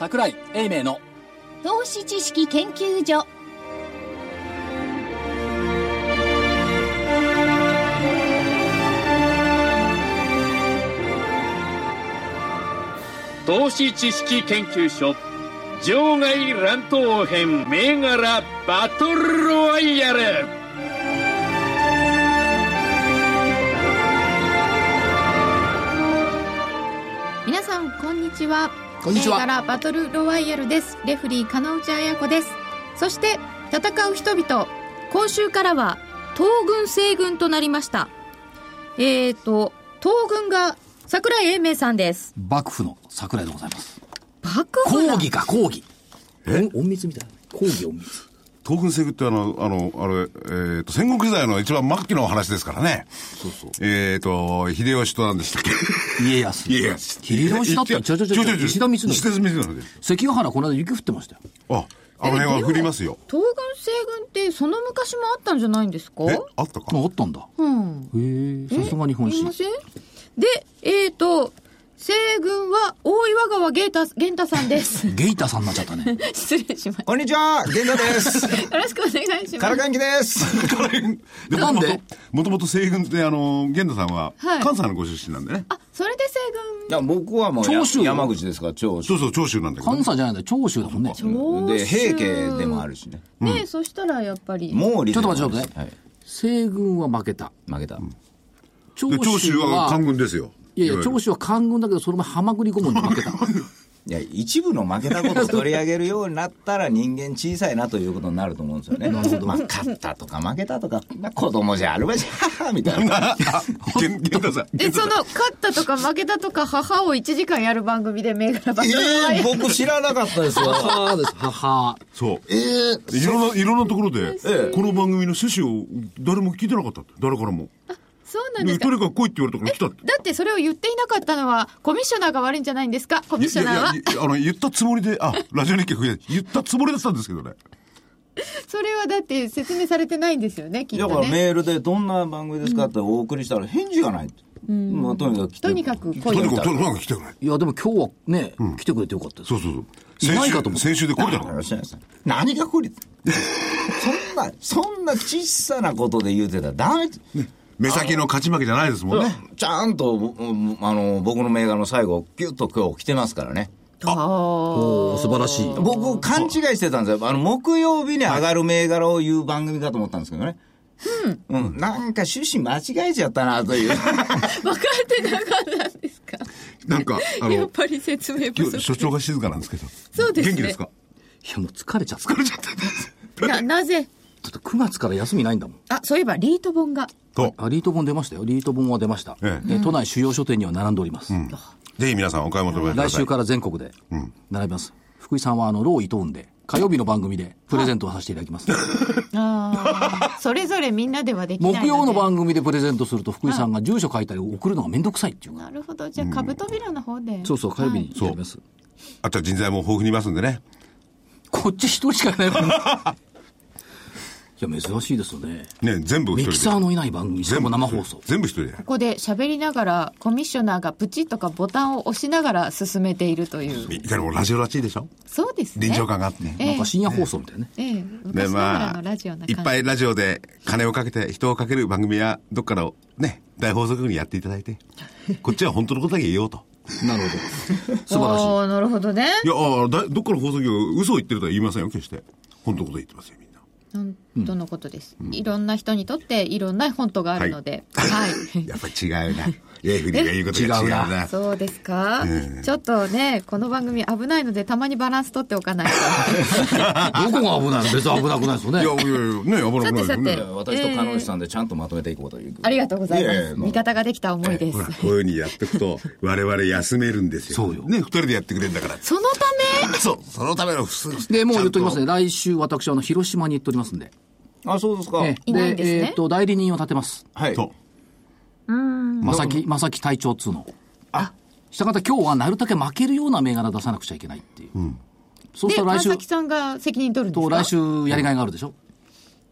櫻井英明の投資知識研究所。 投資知識研究所場外乱闘編銘柄バトルロワイヤル。 皆さんこんにちは。 こんにちは。 銘柄バトルロワイヤルです。レフリー金内彩子です。そして戦う人々、今週からは東軍西軍となりました。東軍が櫻井英明さんです。 幕府の櫻井でございます。 幕府講義か講義。隠密みたいな。講義隠密。 東軍西軍って戦国時代の一番末期の話ですからね。 そうそう。 秀吉と何でしたっけ？ 家康。秀吉だったら石田三成。関ヶ原この間雪降ってましたよ。 あの辺は降りますよ。 東軍西軍ってその昔もあったんじゃないんですか？ あったか。 あったんだ。へえ。さすが日本史。 いません？で、西軍は大岩川源太さんです。 ゲイタさんになっちゃったね。 失礼しました。 こんにちは、源太です。 よろしくお願いします。 からかんきです。 なんでもともと西軍って源太さんははい関西のご出身なんでね。 あ、それで西軍。 いや、僕はもう長州山口ですから、長州。 そうそう、長州なんだけどね。 関西じゃないんだ。長州だもんね。 で、平家でもあるしね。 ね、そしたらやっぱり。 毛利ちょっと待って、 はい。 西軍は負けた。 負けた。 で長州は官軍ですよ。 いやいや、長州は官軍だけど、その前、はまぐり顧問に負けた。 いや、一部の負けたことを取り上げるようになったら人間小さいなということになると思うんですよね。まあ、勝ったとか負けたとか、まあ、子供じゃあるまじははみたいな。 源太さん。 その、勝ったとか負けたとか、母を1時間やる番組で銘柄バトルロワイヤル。 僕知らなかったですよ。 母です、母。 そう。いろんなところで、この番組の趣旨を誰も聞いてなかったって。誰からも。 そうなんですか。 とにかく来いって言われたから来たって。 だってそれを言っていなかったのはコミッショナーが悪いんじゃないんですか？コミッショナーは。 言ったつもりで、ラジオ日経言ったつもりだったんですけどね。 それはだって説明されてないんですよね、きっとね。 だからメールでどんな番組ですかってお送りしたら返事がない。まあ、とにかく来て。 とにかく来い。 とにかく来てくれ。 いや、でも今日はね、来てくれてよかったです。 そうそうそう。 いないかと思って。 先週で来れたの。 何が来りそんな小さなことで言うてたらダメ。 目先の勝ち負けじゃないですもんね。 ちゃんと僕の銘柄の最後キュッと今日来てますからね。 おー、素晴らしい。 僕勘違いしてたんですよ。木曜日に上がる銘柄を言う番組かと思ったんですけどね。なんか趣旨間違えちゃったなという。 分かってなかったんですか？ なんかやっぱり説明不足。 今日所長が静かなんですけど。 そうですね。 元気ですか？ いや、もう疲れちゃった。 なぜ？ だって9月から休みないんだもん。 そういえばリート本が。 リート本出ましたよ。リート本は出ました。都内主要書店には並んでおります。 ぜひ皆さんお買い求めください。 来週から全国で並びます。福井さんはロー伊藤で火曜日の番組でプレゼントをさせていただきます。 それぞれみんなではできないので。 木曜の番組でプレゼントすると福井さんが住所書いたり送るのがめんどくさいっていうか。 なるほど。じゃあ株扉の方で。 そうそう、火曜日にやります。 あとは人材も豊富にいますんでね。 こっち一人しかいないもんね。いや、珍しいですよね。 ね、全部一人で。 ミキサーのいない番組、しかも生放送。 全部一人で。 ここで喋りながら、コミッショナーがプチッとかボタンを押しながら進めているという。 いかにもラジオらしいでしょ？ そうですね。 臨場感があってね。 なんか深夜放送みたいなね。 昔ながらのラジオな感じ。 いっぱいラジオで金をかけて人をかける番組はどっかのね、大放送局にやっていただいて、こっちは本当のことだけ言おうと。 なるほど。素晴らしい。 なるほどね。 いや、どっかの放送局が嘘を言ってるとは言いませんよ、決して。本当のこと言ってますよ。 本当のことです、いろんな人にとっていろんな本当があるので、 やっぱり違うな。レフリーが言うことが違うな。 そうですか、ちょっとね、この番組危ないのでたまにバランス取っておかないと。 どこが危ないの？別に危なくないですよね。 いやね、危なくないですよね。 私と彼女さんでちゃんとまとめていこうという。 ありがとうございます。味方ができた思いです。 こういうふうにやっていくと我々休めるんですよ。 そうよ。 ね、二人でやってくれるんだから。 そのためそのためので、もう言っときますね。来週私広島に行っておりますんで。 そうですか。 いないんですね。 代理人を立てます。 はい。 正木隊長2の。したがって今日はなるだけ負けるような銘柄出さなくちゃいけないっていう。そうしたら来週。 正木さんが責任取るんですか？ 来週やりがいがあるでしょ。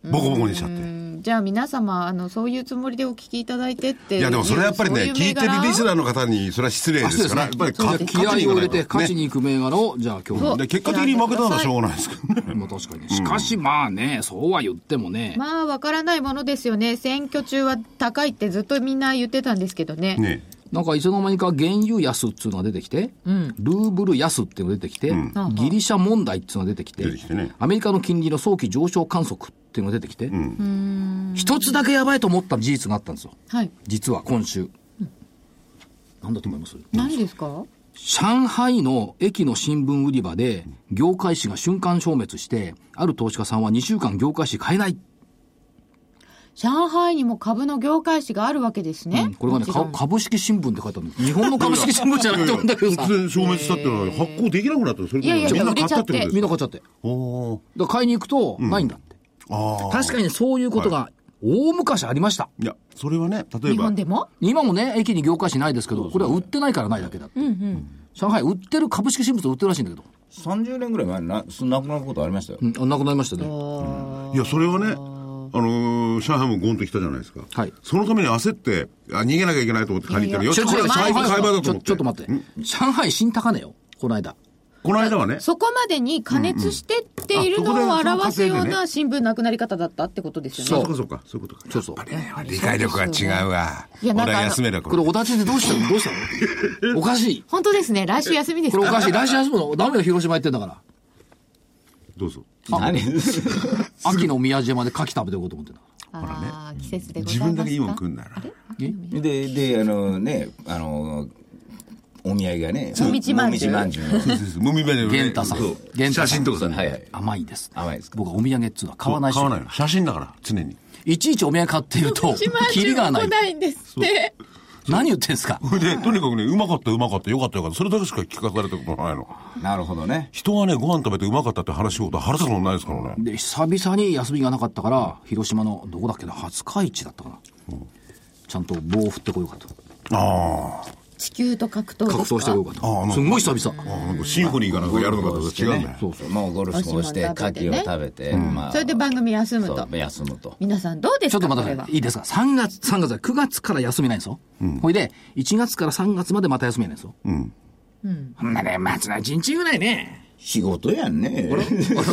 ボコボコにしちゃって。 じゃあ皆様そういうつもりでお聞きいただいてっていやでもそれはやっぱりね、聞いてるリスナーの方にそれは失礼ですから、やっぱり気合を入れて勝ちに行く銘柄を、じゃあ今日で結果的に負けたのはしょうがないですけどね。 まあ確かに、しかしまあね、そうは言ってもね、 まあわからないものですよね。選挙中は高いってずっとみんな言ってたんですけどね。 なんかいつの間にか原油安っていうのが出てきて、ルーブル安っていうのが出てきて、ギリシャ問題っていうのが出てきて、アメリカの金利の早期上昇観測っていうのが出てきて、一つだけやばいと思った事実があったんですよ。はい、実は今週、何だと思います？ 何ですか？ 上海の駅の新聞売り場で業界誌が瞬間消滅して、ある投資家さんは2週間業界誌買えない。 上海にも株の業界誌があるわけですね。 これがね、株式新聞って書いてあるんです。日本の株式新聞じゃないと思うんだけどさ。 突然消滅したってのは発行できなくなった。それともみんな買ったってことですか？ みんな買っちゃって。だから買いに行くと、ないんだって。確かにそういうことが大昔ありました。 いや、それはね、例えば。 日本でも？ 今もね、駅に業界誌ないですけど、これは売ってないからないだけだって。上海売ってる株式新聞売ってるらしいんだけど。 30年ぐらい前になくなることありましたよ。 なくなりましたね。 いや、それはね、上海もゴンと来たじゃないですか。はい。そのために焦って、逃げなきゃいけないと思って買いに行ったら、よし、これ買い場だと思って。 ちょっと待って。上海新高値よ、この間。 この間はね。 そこまでに加熱してっているのを表すような新聞なくなり方だったってことですよね。 そうか。そういうことか。 そう。 やっぱりね、理解力が違うわ。いや、俺は休める。これ、小田先生どうしたのおかしい。 本当ですね。来週休みですか？ これおかしい。来週休むのダメよ、広島行ってんだから。 どうぞ。 秋の宮島で牡蠣食べておこうと思ってんだから。 ほらね。季節でございますか？ 自分だけいいもん食うんだから。 で、お土産がね、 もみじまんじゅう。 もみじまんじゅう。 玄太さん。 写真とかさ、 甘いです。 甘いですか？ 僕はお土産っつうのは買わないし。 買わないの。写真だから、常に。 いちいちお土産買っていると、キリがない。 ないんですって。 何言ってんすか？ で、とにかくね、うまかった、よかった、それだけしか聞かされたことないの。 なるほどね。 人はね、ご飯食べてうまかったって話しようと腹立つことないですからね。 で、久々に休みがなかったから、広島の、どこだっけな、廿日市だったかな。ちゃんと棒を振ってこようかと。 地球と格闘ですか？ 格闘してこようかと。すんごい久々。 なんかシンフォニーかなんかやるのかと違うんだよ。 そう。もうゴルフをして、牡蠣を食べて、 それで番組休むと。 休むと。 皆さんどうですか？ ちょっと待ってください。いいですか？9月から休みないんですよ。ほいで、1月から3月までまた休みないんですよ。ほんなね、松の1日ぐらいね。 仕事やんね。 大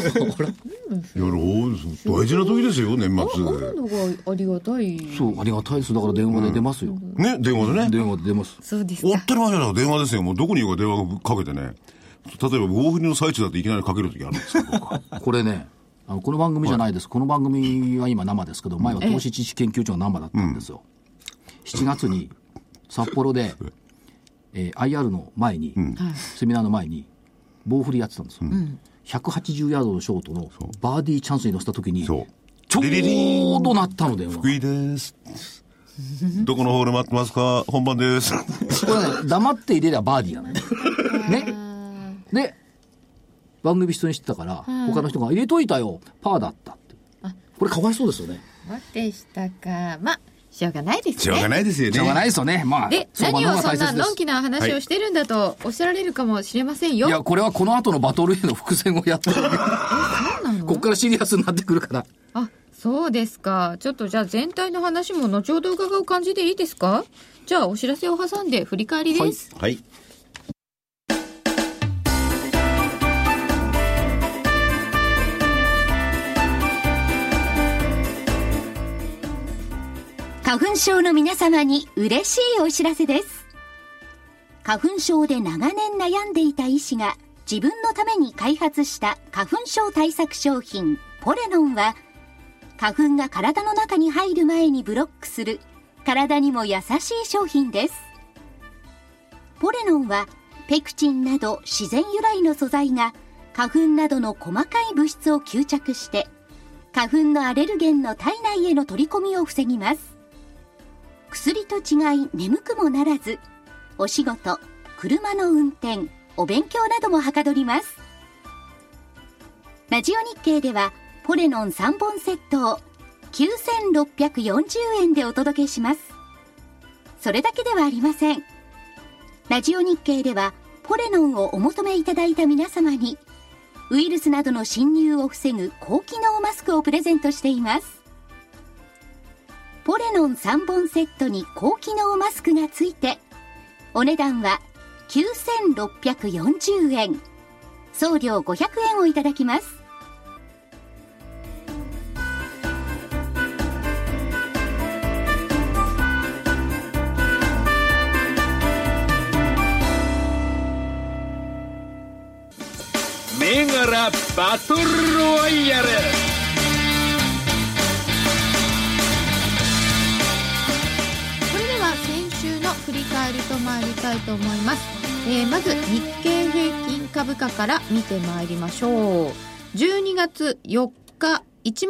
事な時ですよ、年末。 あるのがありがたい。 そう、ありがたいです。だから電話で出ますよ。 ね、電話でね。 電話で出ます。 そうですか。 おったら前じゃなく電話ですよ。もうどこに行くか電話かけてね。例えば、大振りの最中だっていきなりかける時あるんですよ。 これね、この番組じゃないです。この番組は今生ですけど、前は投資知識研究所の生だったんですよ。7月に札幌で、IR の前に、セミナーの前に、棒振りやってたんですよ。180ヤードのショートのバーディーチャンスに乗せた時に、ちょうどなったので。 福井です。どこのホール待ってますか？本番です。 これね、黙って入れりゃバーディーなのね。で、番組人にしてたから、他の人が入れといたよ、パーだったって。これかわいそうですよね。 そうでしたか。まあ、しょうがないですね。 しょうがないですよね。 しょうがないですよね。まあ、 で、何をそんなのんきな話をしてるんだとおっしゃられるかもしれませんよ。 いや、これはこの後のバトルへの伏線をやってる。そうなの？こっからシリアスになってくるから。 あ、そうですか。ちょっとじゃあ全体の話も後ほど伺う感じでいいですか？じゃあお知らせを挟んで振り返りです。 はい。 花粉症の皆様に嬉しいお知らせです。花粉症で長年悩んでいた医師が自分のために開発した花粉症対策商品ポレノンは、花粉が体の中に入る前にブロックする体にも優しい商品です。ポレノンはペクチンなど自然由来の素材が花粉などの細かい物質を吸着して花粉のアレルゲンの体内への取り込みを防ぎます。薬と違い眠くもならず、お仕事、車の運転、お勉強などもはかどります。ラジオ日経ではポレノン3本セットを9640円でお届けします。それだけではありません。ラジオ日経ではポレノンをお求めいただいた皆様にウイルスなどの侵入を防ぐ高機能マスクをプレゼントしています。ポレノン3本セットに高機能マスクがついて、お値段は9640円。送料500円をいただきます。 銘柄バトルロワイヤル。 それでは先週の振り返りと参りたいと思います。まず日経平均株価から見てまいりましょう。12月4日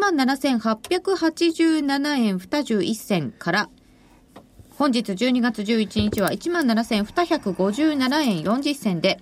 17,887 円21銭から本日12月11日は 17,257 円40銭で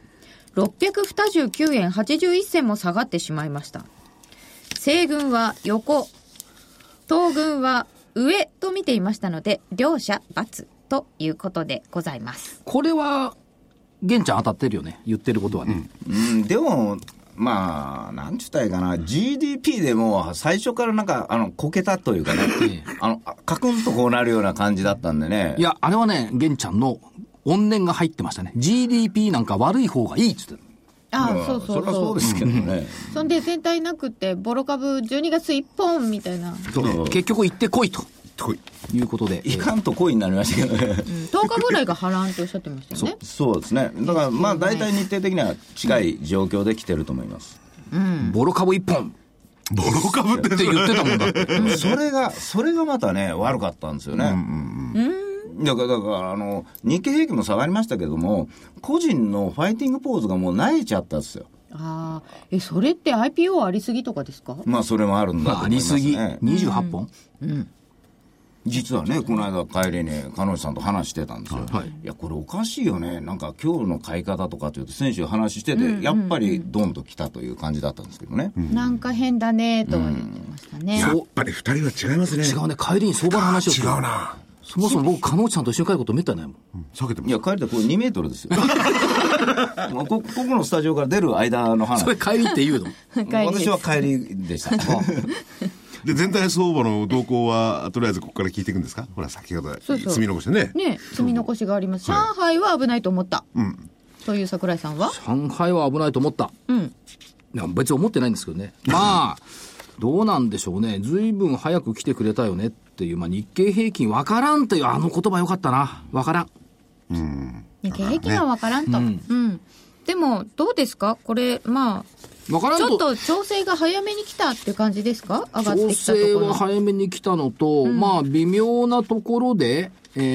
629円81銭も下がってしまいました。西軍は横、東軍は上と見ていましたので、両者×ということでございます。 これは玄ちゃん当たってるよね、言ってることはね。 でもまあなんちゅったらいいかな、 GDP でも最初からなんかこけたというかねカクンとこうなるような感じだったんでね。 いや、あれはね、玄ちゃんの怨念が入ってましたね。 GDP なんか悪い方がいいっつって。 そうそうそう。 それはそうですけどね。 そんで全体なくってボロ株12月1本みたいな。 結局行ってこいということで、 いかんとこいになりましたけどね、 10日ぐらいが波乱とおっしゃってましたよね。 そうですね。だからまあ大体日程的には近い状況で来てると思います。 ボロ株1本ボロ株って言ってたもんだってそれがまたね悪かったんですよね。だから日経平均も下がりましたけども、個人のファイティングポーズがもう萎えちゃったんですよ。 それって IPO ありすぎとかですか？ まあそれもあるんだと思いますね。 ありすぎ28本、 実はね、この間帰りに彼女さんと話してたんですよ、いやこれおかしいよね、なんか今日の買い方とかというと先週話してて、やっぱりドンと来たという感じだったんですけどね、 なんか変だねとは言ってましたね。 やっぱり2人は違いますね。 違うね、帰りに相場の話をする。 違うな。 そもそも僕鹿内さんと一緒に帰ることめったにないもん。 避けてます。 いや帰りでこれ2メートルですよもうここのスタジオから出る間の話。 それ帰りって言うの私は帰りでしたで全体相場の動向はとりあえずここから聞いていくんですか。ほら先ほど積み残してね。 積み残しがあります。上海は危ないと思った、という櫻井さんは。 上海は危ないと思った、いや別に思ってないんですけどね。まあどうなんでしょうね。随分早く来てくれたよねっていう、日経平均わからんっていう言葉よかったな。わからん、 日経平均はわからんと、でもどうですかこれ。わからんとちょっと調整が早めに来たっていう感じですか。上がってきたところ。 調整は早めに来たのと、微妙なところで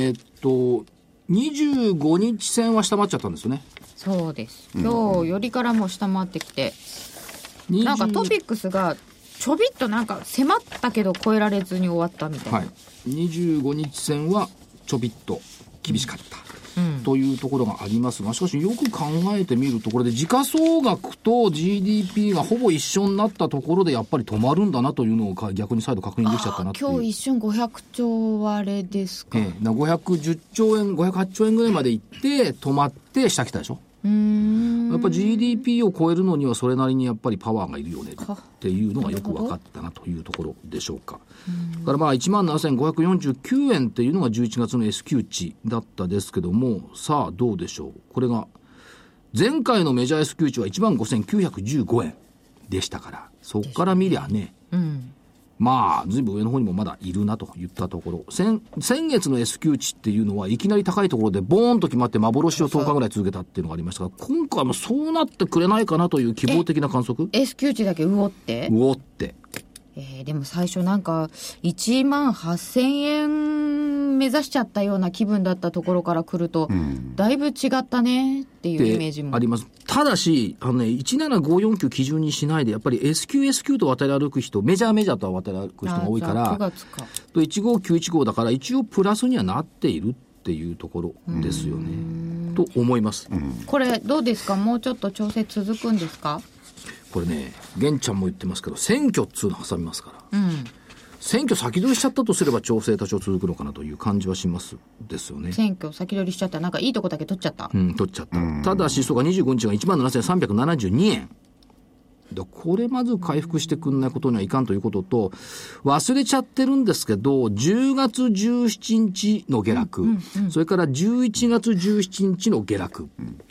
25日線は下回っちゃったんですよね。 そうです。今日よりからも下回ってきて、なんかトピックスがちょびっとなんか迫ったけど超えられずに終わったみたいな、 25日線はちょびっと厳しかった、というところがありますが、しかしよく考えてみると、これで時価総額と GDP がほぼ一緒になったところでやっぱり止まるんだなというのを逆に再度確認できちゃったなっていう。 今日一瞬500兆割れですか。 510兆円508兆円ぐらいまでいって止まって下来たでしょ。やっぱ GDP を超えるのにはそれなりにやっぱりパワーがいるよねっていうのがよく分かったなというところでしょうか。だから17,549 円っていうのが11月の S q 値だったですけども、さあどうでしょう。これが前回のメジャー S q 値は 15,915 円でしたから、そこから見りゃね、ずいぶん上の方にもまだいるなといったところ。先月の S q 値っていうのはいきなり高いところでボーンと決まって幻を10日ぐらい続けたっていうのがありましたが、今回もそうなってくれないかなという希望的な観測。 S q 値だけ魚ってでも最初なんか18,000円目指しちゃったような気分だったところから来ると、だいぶ違ったねっていうイメージもあります。ただし17549基準にしないで、やっぱり S q と渡り歩く人、メジャーと渡り歩く人が多いから、15915だから一応プラスにはなっているっていうところですよねと思います。 これどうですか、もうちょっと調整続くんですか。 これね、玄ちゃんも言ってますけど、選挙っつうの挟みますから、選挙先取りしちゃったとすれば調整多少続くのかなという感じはしますですよね。 選挙先取りしちゃった、なんかいいとこだけ取っちゃった。 取っちゃった。ただしそこが25日が17,372円でこれまず回復してくんないことにはいかんということと、忘れちゃってるんですけど、10月17日の下落、それから11月17日の下落。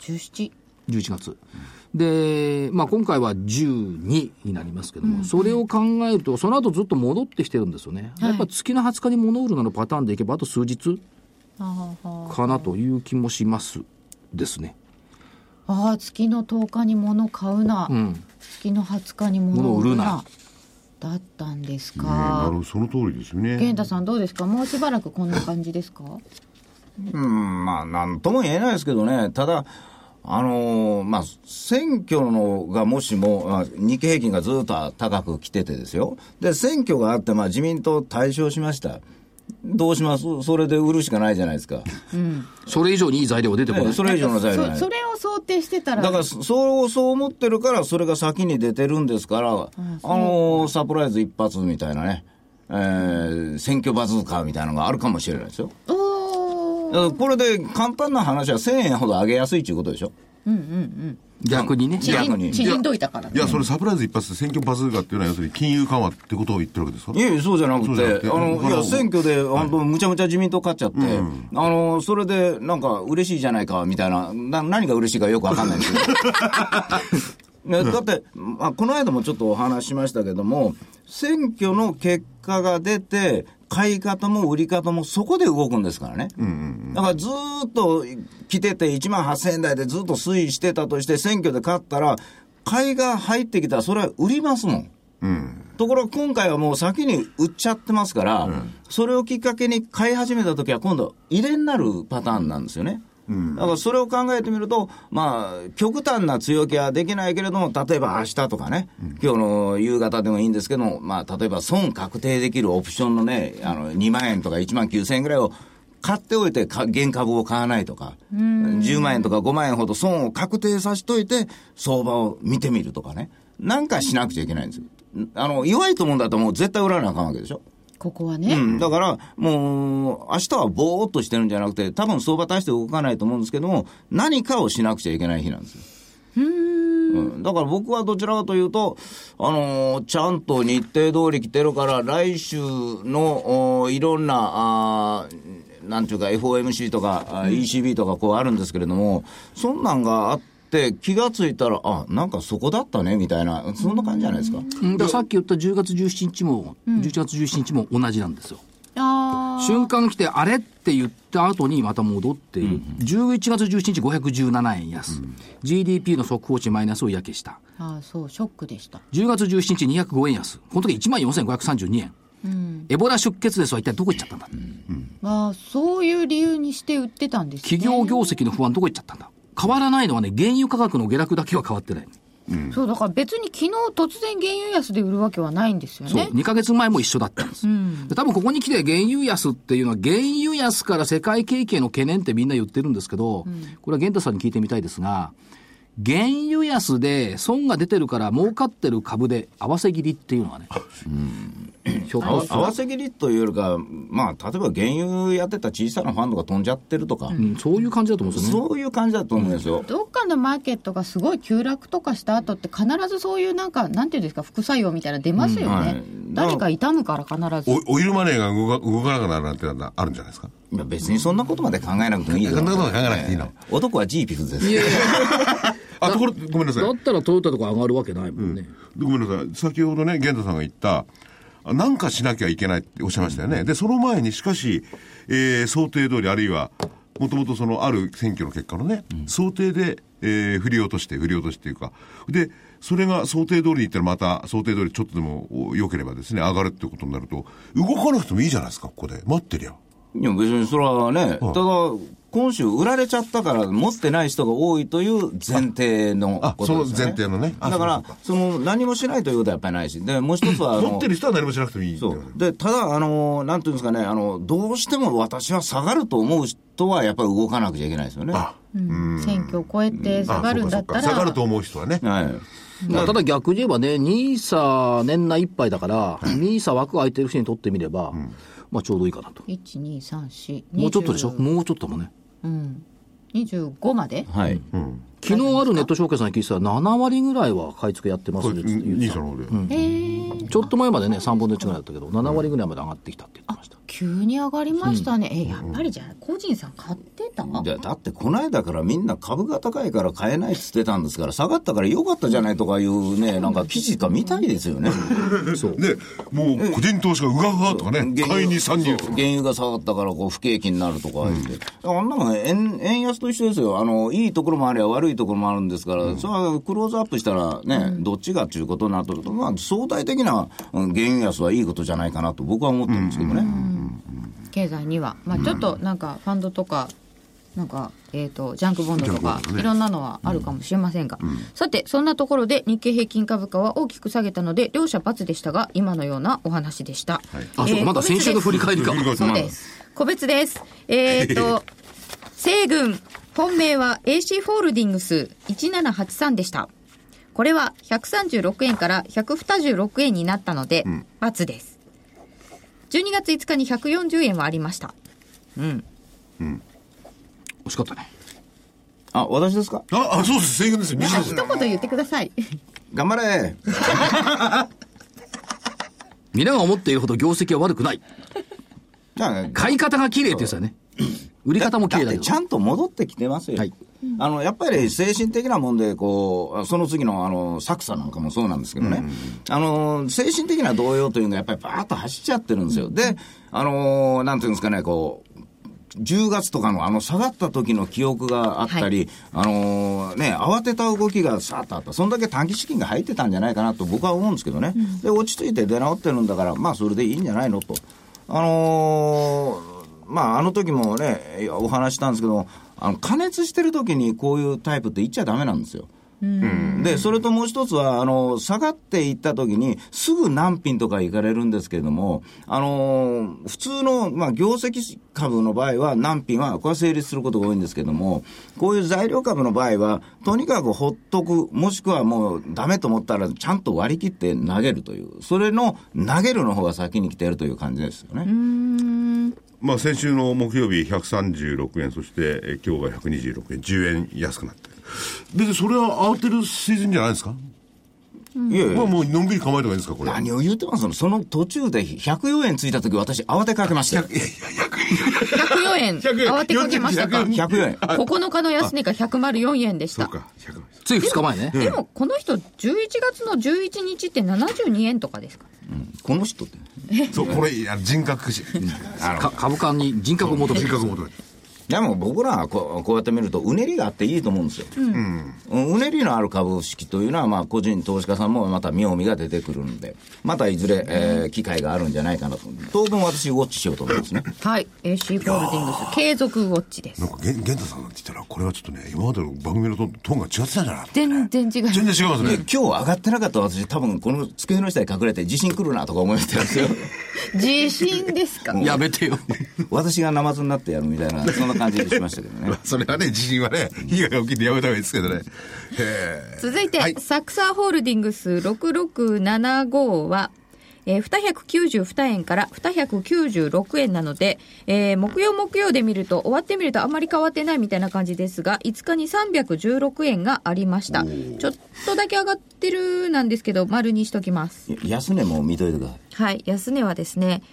11 月。で、まあ今回は12になりますけども、それを考えると、その後ずっと戻ってきてるんですよね。やっぱ月の20日に戻るのパターンでいけば、あと数日かなという気もしますですね。 月の10日に物買うな、月の20日に物を売るなだったんですか。 その通りですよね。 源太さんどうですか。もうしばらくこんな感じですか。 まあなんとも言えないですけどね。ただまあ、選挙のがもしも、日経平均がずっと高く来ててですよ。で、選挙があって、自民党大勝しました。どうします？それで売るしかないじゃないですか。 それ以上にいい材料が出てこない。 それ以上の材料ない。 それを想定してたら。 だからそう思ってるから、それが先に出てるんですから、サプライズ一発みたいなね、選挙バズーカーみたいなのがあるかもしれないですよ。これで簡単な話は1000円ほど上げやすいということでしょ。 逆にね。 縮んどいたから、ね。 いや、それサプライズ一発で選挙バズーカーっていうのは要するに金融緩和ってことを言ってるわけですか。 いや、そうじゃなくて、いや、選挙で、むちゃむちゃ自民党勝っちゃって、それで、なんか、嬉しいじゃないか、みたいな、何が嬉しいかよくわかんないんですけど。だって、この間もちょっとお話ししましたけども、選挙の結果が出て、買い方も売り方もそこで動くんですからね。だからずーっと来てて1万8000円台でずっと推移してたとして選挙で勝ったら買いが入ってきたらそれは売りますもん。ところが今回はもう先に売っちゃってますから、それをきっかけに買い始めた時は今度入れになるパターンなんですよね。だからそれを考えてみると、極端な強気はできないけれども、例えば明日とかね、今日の夕方でもいいんですけども、例えば損確定できるオプションのね、2万円とか1万9000円ぐらいを買っておいて、現株を買わないとか、10万円とか5万円ほど損を確定させといて、相場を見てみるとかね、なんかしなくちゃいけないんですよ。弱いと思うんだともう絶対売らなあかんわけでしょ。 ここはね、 だからもう明日はぼーっとしてるんじゃなくて、多分相場大して動かないと思うんですけども、何かをしなくちゃいけない日なんですよ。だから僕はどちらかというと、ちゃんと日程通り来てるから来週のいろんななんていうか FOMC とか、ECB とかこうあるんですけれども、そんなんがあってで気がついたらなんかそこだったねみたいな、そんな感じじゃないですか。 だからさっき言った10月17日も、11月17日も同じなんですよ。瞬間来てあれって言った後にまた戻っている。11月17日517円安、GDP の速報値マイナスを嫌気した。 そうショックでした。 10月17日205円安、この時 14,532 円、エボラ出血ですは一体どこ行っちゃったんだ。 そういう理由にして売ってたんですね。 企業業績の不安どこ行っちゃったんだ。変わらないのはね、原油価格の下落だけは変わってない。 そうだから別に昨日突然原油安で売るわけはないんですよね。 そう2ヶ月前も一緒だったんです、で多分ここに来て原油安っていうのは原油安から世界景気への懸念ってみんな言ってるんですけど、これは源太さんに聞いてみたいですが、原油安で損が出てるから儲かってる株で合わせ切りっていうのはね、 合わせ切りというよりか、例えば原油やってた小さなファンドが飛んじゃってるとか、 そういう感じだと思うんですよね。 そういう感じだと思うんですよ。 どっかのマーケットがすごい急落とかした後って必ずそういうなんていうんですか、副作用みたいなの出ますよね。誰か痛むから必ずオイルマネーが動かなくなるなんてあるんじゃないですか。 いや別にそんなことまで考えなくてもいいよ。 そんなことまで考えなくていいの。 男はジーピフです。 ところごめんなさい。 だったらトヨタとか上がるわけないもんね。 ごめんなさい。先ほどね、源太さんが言ったなんかしなきゃいけないっておっしゃいましたよね。でその前にしかし、想定通りあるいはもともとそのある選挙の結果のね、想定で、振り落としていうか、でそれが想定通りにいったらまた想定通りちょっとでも良ければですね上がるってことになると動かなくてもいいじゃないですか。ここで待ってりゃ。 いや別にそれはね、ただ今週売られちゃったから持ってない人が多いという前提のことですよね。 その前提のね。 だから何もしないということはやっぱりないし、でもう一つは持ってる人は何もしなくてもいい。 そうで、ただなんていうんですかね、どうしても私は下がると思う人はやっぱり動かなくちゃいけないですよね。 選挙を超えて下がるんだったら下がると思う人はね。 ただ逆に言えばね、NISA 年内いっぱいだから NISA 枠空いてる人にとってみれば、ちょうどいいかなと。 1,2,3,4 もうちょっとでしょ。もうちょっともね。 25まで、 はい、 昨日あるネット証券さんに聞いてたら7割ぐらいは買い付けやってますねって言ってた。 ニーサの方で、 ちょっと前までね3分の1ぐらいだったけど7割ぐらいまで上がってきたって言ってました。 急に上がりましたね。やっぱりじゃあ個人さん買ってた？ だってこの間からみんな株が高いから買えないって言ってたんですから、下がったから良かったじゃないとかいうね、なんか記事か見たいですよね。 そうでもう個人投資家うがうがとかね、買いに参入とか、 原油が下がったからこう不景気になるとか言って、あんなもん円安と一緒ですよ。いいところもあれば悪いところもあるんですから、それはクローズアップしたらね、どっちがっていうことになってると、まあ相対的な原油安はいいことじゃないかなと僕は思ってるんですけどね。 経済には、まあ、ちょっとなんかファンドとかなんか、ジャンクボンドとか、いろんなのはあるかもしれませんが、さてそんなところで日経平均株価は大きく下げたので両者×でしたが、今のようなお話でした。 そうまだ先週の振り返りか。 そうです。個別です。西軍本命は AC フォールディングス1783でした。これは136円から126円になったので、×です。12月5日に140円はありました。 惜しかったね。 私ですか？ そうです、西軍ですよ。 一言言ってください。 頑張れ。 皆が思っているほど業績は悪くない。買い方が綺麗って言うんですよね。売り方も綺麗だけど。 ちゃんと戻ってきてますよ。はい、やっぱり精神的なもんでその次のサクサなんかもそうなんですけどね、精神的な動揺というのがやっぱりバーッと走っちゃってるんですよ。でなんていうんですかね、10月とかの下がった時の記憶があったり、慌てた動きがさーっとあった。そんだけ短期資金が入ってたんじゃないかなと僕は思うんですけどね。で落ち着いて出直ってるんだから、まあそれでいいんじゃないのと。あの時もねお話したんですけど、加熱してる時にこういうタイプって言っちゃダメなんですよ。でそれともう一つは下がっていった時にすぐ何品とか行かれるんですけれども、普通の、業績株の場合は何品はこれは成立することが多いんですけども、こういう材料株の場合はとにかくほっとく、もしくはもうダメと思ったらちゃんと割り切って投げるという、それの投げるの方が先に来ているという感じですよね。 先週の木曜日136円、そして今日が126円、10円安くなってる。別にそれは慌てるシーズンじゃないですか？いやもうのんびり構えた方がいいんですかこれ？ 何を言ってますの？その途中で104円ついた時私慌てかけましたよ。 104円慌てかけましたか ？104円 9日の安値が104円でした。 そうか、 つい2日前ね。 でもこの人11月の11日って72円とかですか？ この人ってそう、これ人格株価に人格を求める。 でも僕らはこうやって見るとうねりがあっていいと思うんですよ。うねりのある株式というのは、個人投資家さんもまた妙味が出てくるので、またいずれ、機会があるんじゃないかなと。当分私ウォッチしようと思いますね。 はい、AC フォールディングス継続ウォッチです。 なんか源太さんなんて言ったらこれはちょっとね、今までの番組のトーンが違ってたんじゃない？ 全然違います。 全然違いますね。 今日上がってなかった私多分この机の下に隠れて地震来るなとか思ってたんですよ。 地震ですか？ やめてよ。 私がナマズになってやるみたいなそんな感じでしましたけどね。 それはね、地震はね、被害が起きてやめた方がいいですけどね。 続いて、サクサーホールディングス6675は、292円から296円なので、木曜で見ると終わってみるとあんまり変わってないみたいな感じですが、5日に316円がありました。ちょっとだけ上がってるなんですけど丸にしときます。 安値も見といてください。 はい、安値はですね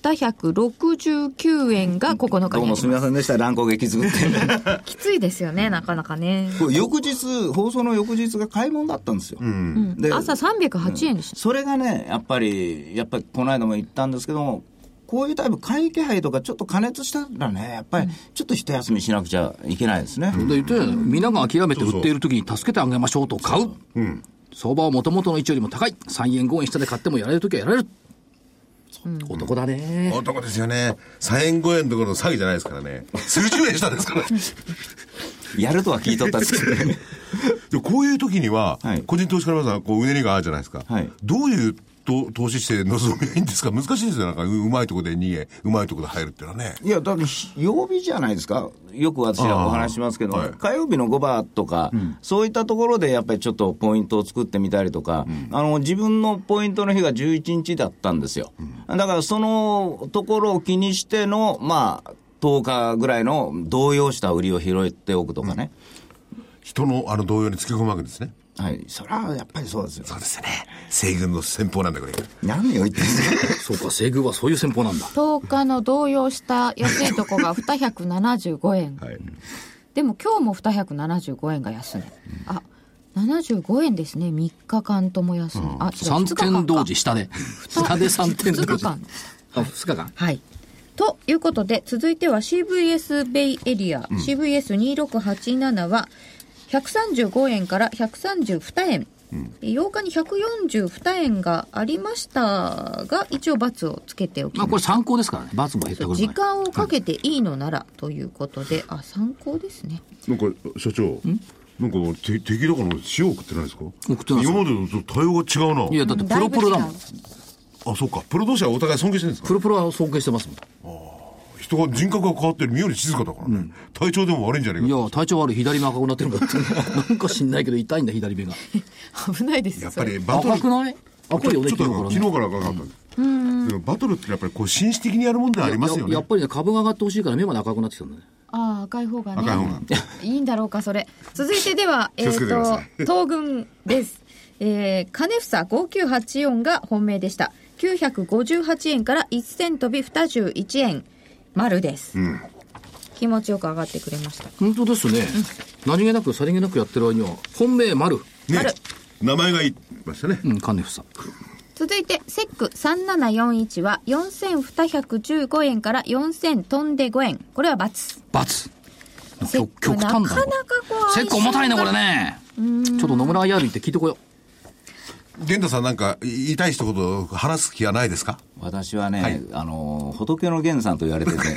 269円が9日にあります。 どうもすみませんでした、乱高下作ってきついですよね、なかなかね。 これ放送の翌日が買い物だったんですよ。 で朝308円でした、 それがねやっぱりこの間も言ったんですけども、こういうタイプ買い気配とかちょっっと加熱したらね、やっぱりちょっと一休みしなくちゃいけないですね。 で言ってる皆が諦めて売っているときに助けてあげましょうと買う。相場はもともとの位置よりも高い。3円5円下で買ってもやれるときはやられる。男だね。 男ですよね。3円5円どころの詐欺じゃないですからね。数十円下ですからやるとは聞いとったんですけどねでこういう時には、 はい、 個人投資家の皆さんこううねりがあるじゃないですか、はい、どういう投資して望みがいいんですか。難しいですよ。なんかうまいところで逃げ、うまいところで入るっていうのはね。 いやだって曜日じゃないですか。よく私はお話しますけど、はい、火曜日の5番とか、そういったところでやっぱりちょっとポイントを作ってみたりとか、自分のポイントの日が11日だったんですよ。だからそのところを気にしての10日ぐらいの動揺した売りを拾っておくとかね、 人の動揺につけ込むわけですね。 はい。それはやっぱりそうですよ。 そうですね。西軍の戦法なんだこれ。 何を言ってんですか。 そうか、西軍はそういう戦法なんだ。 10日の動揺した安いとこが275円。 はい。 でも今日も275円が安値。あ、75円ですね。3日間とも安値。あ、違う。 3点同時下で。下で3点同時。 2日間。 あ、2日間。 はい。ということで、続いては CVS ベイエリア、CVS2687 は135円から132円。8日に142円がありましたが、一応×をつけておきます。 これ参考ですからね。×も減ったことない。 時間をかけていいのならということで、あ、参考ですね。 なんか所長、なんか敵だから塩送ってないですか。 送ってないです。 今までと対応が違うな。 いやだってプロプロだもん。 あ、そうか。プロ同士はお互い尊敬してるんですか。 プロプロは尊敬してますもん。 人が人格が変わってる、身より静かだからね。体調でも悪いんじゃないか。 いや、体調悪い、左目赤くなってるんだって。なんか知んないけど痛いんだ、左目が。 危ないですやっぱりバトル。 赤くない？赤いよね、 昨日から赤かったんです。でもバトルってやっぱりこう紳士的にやるもんではありますよね。 やっぱりね、株が上がってほしいから目まで赤くなってきたんだね。 ああ、赤い方がね。 赤い方が。 いいんだろうか、それ。続いてでは、東軍です。金房5984が本命でした。958円から1銭飛び21円。丸です。気持ちよく上がってくれました。 本当ですね。何気なく、さりげなくやってる割には、本命丸。 丸。 名前が言いましたね。 金房。 続いて、セック3741は4215円から4000飛んで5円。これは×。 極端だ。 なかなかこう。 セック重たいね、これね。ちょっと野村 IR 行って聞いてこよう。 源太さんなんか言いたい一言話す気はないですか。 私はね、仏の源さんと言われてて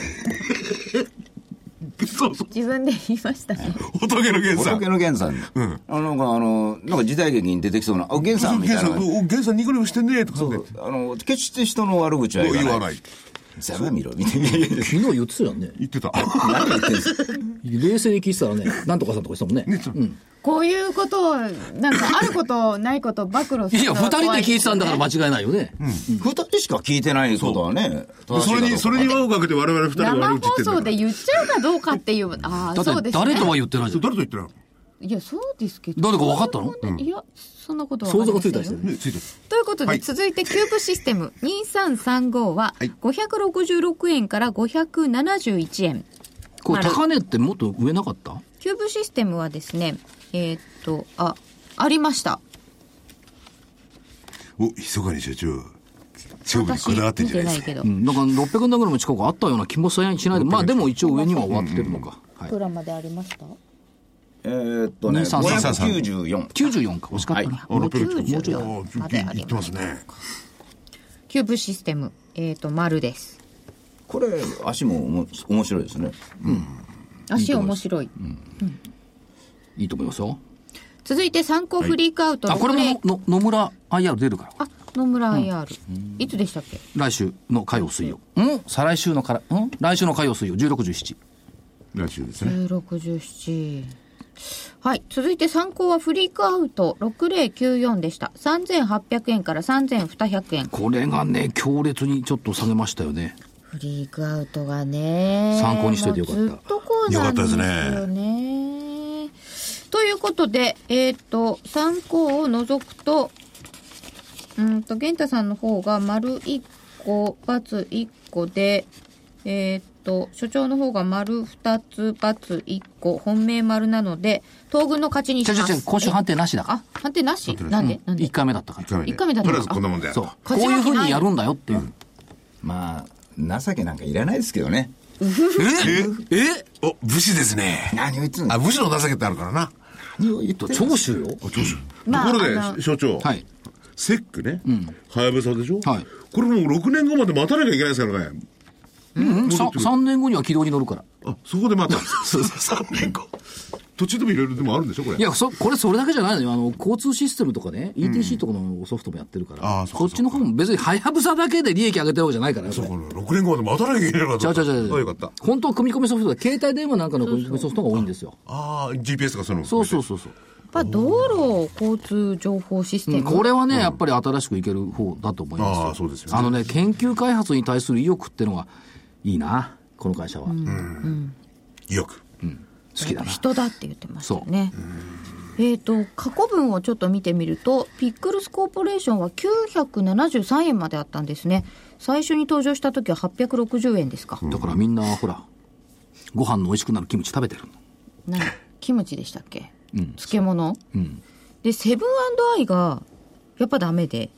そう自分で言いましたね。 仏の源さん。 仏の源さん。なんか時代劇に出てきそうな、源さんみたいな。 源さんニコニコしてんねとかそう決して人の悪口は言わない。ざまみろみたいな。 昨日言ってたよね。 言ってた。 何言ってんですか。 冷静に聞いてたらね、なんとかさんとか言ってたもんね。 こういうことを、なんかあることないこと暴露する。 いや、二人で聞いてたんだから間違いないよね。 二人しか聞いてないことはね。 それに輪をかけて我々二人が悪口言ってる。 生放送で言っちゃうかどうかっていう。ああ、そうですね。 誰とは言ってないじゃん。 誰と言ってないの。 いや、そうですけど。 誰か分かったの？ いや、そんなことは分かりませんよ。 想像がついたりしてる。 ついてる。 ということで、続いてキューブシステム2335は566円から571円。 これ高値ってもっと上なかった？ キューブシステムはですね、ありました。 密かに社長、勝負にこだわってんじゃないですか。 だから600円ぐらいも近くあったような気もしないで、まあでも一応上には終わってるのか。 いくらまでありました？ 594。 94か、惜しかったな。 もう 90までありますね。 キューブシステム、丸です。 これ、足も面白いですね。 足面白い。 いいと思いますよ。 続いて参考フリークアウト。 これも野村 IR 出るから。 野村 IR。いつでしたっけ？ 来週の火曜水曜。再来週の来週の火曜水曜、16、17。 来週ですね。 16、17。はい。続いて参考はフリークアウト6094でした。3800円から3200円。 これがね、強烈にちょっと下げましたよね。 フリークアウトがね。 参考にしといてよかった。 ずっとこうなんですよね。ということで、参考を除くと、源太さんの方が丸1個、×1個で、所長の方が丸2つ、×1個、本命丸なので、東軍の勝ちにします。 今週判定なしだから。 判定なし？なんで 1回目だったから。 1回目だったから。 とりあえずこんなもんで。 そう。こういう風にやるんだよっていう。 まあ、情けなんかいらないですけどね。 お、武士ですね。 何を言ってんの？ 武士の情けってあるからな。 長州よ。 ところで、所長。 はい。 セックね。はやぶさでしょ。 はい。 これもう6年後まで待たなきゃいけないですからね。 3年後には軌道に乗るから。 あ、そこでまた。3年後。途中でもいろいろでもあるんでしょこれ。 いや、これそれだけじゃないのよ。交通システムとかね、ETC とかのソフトもやってるから。そっちの方も別にはやぶさだけで利益上げてるわけじゃないからね。 そう、6年後まで待たなきゃいけないから。 よかった。本当は組み込みソフトで、携帯電話なんかの組み込みソフトが多いんですよ。 GPS とかその。 そう。 道路交通情報システム。 これはね、やっぱり新しくいける方だと思いますよ。 そうですよね。 研究開発に対する意欲っていうのがいいな、この会社は。 意欲。 好きだな。 人だって言ってましたよね。過去分をちょっと見てみると、ピックルスコーポレーションは973円まであったんですね。最初に登場した時は860円ですか。 だからみんなほらご飯の美味しくなるキムチ食べてるの。 キムチでしたっけ、 漬物、でセブン&アイがやっぱダメで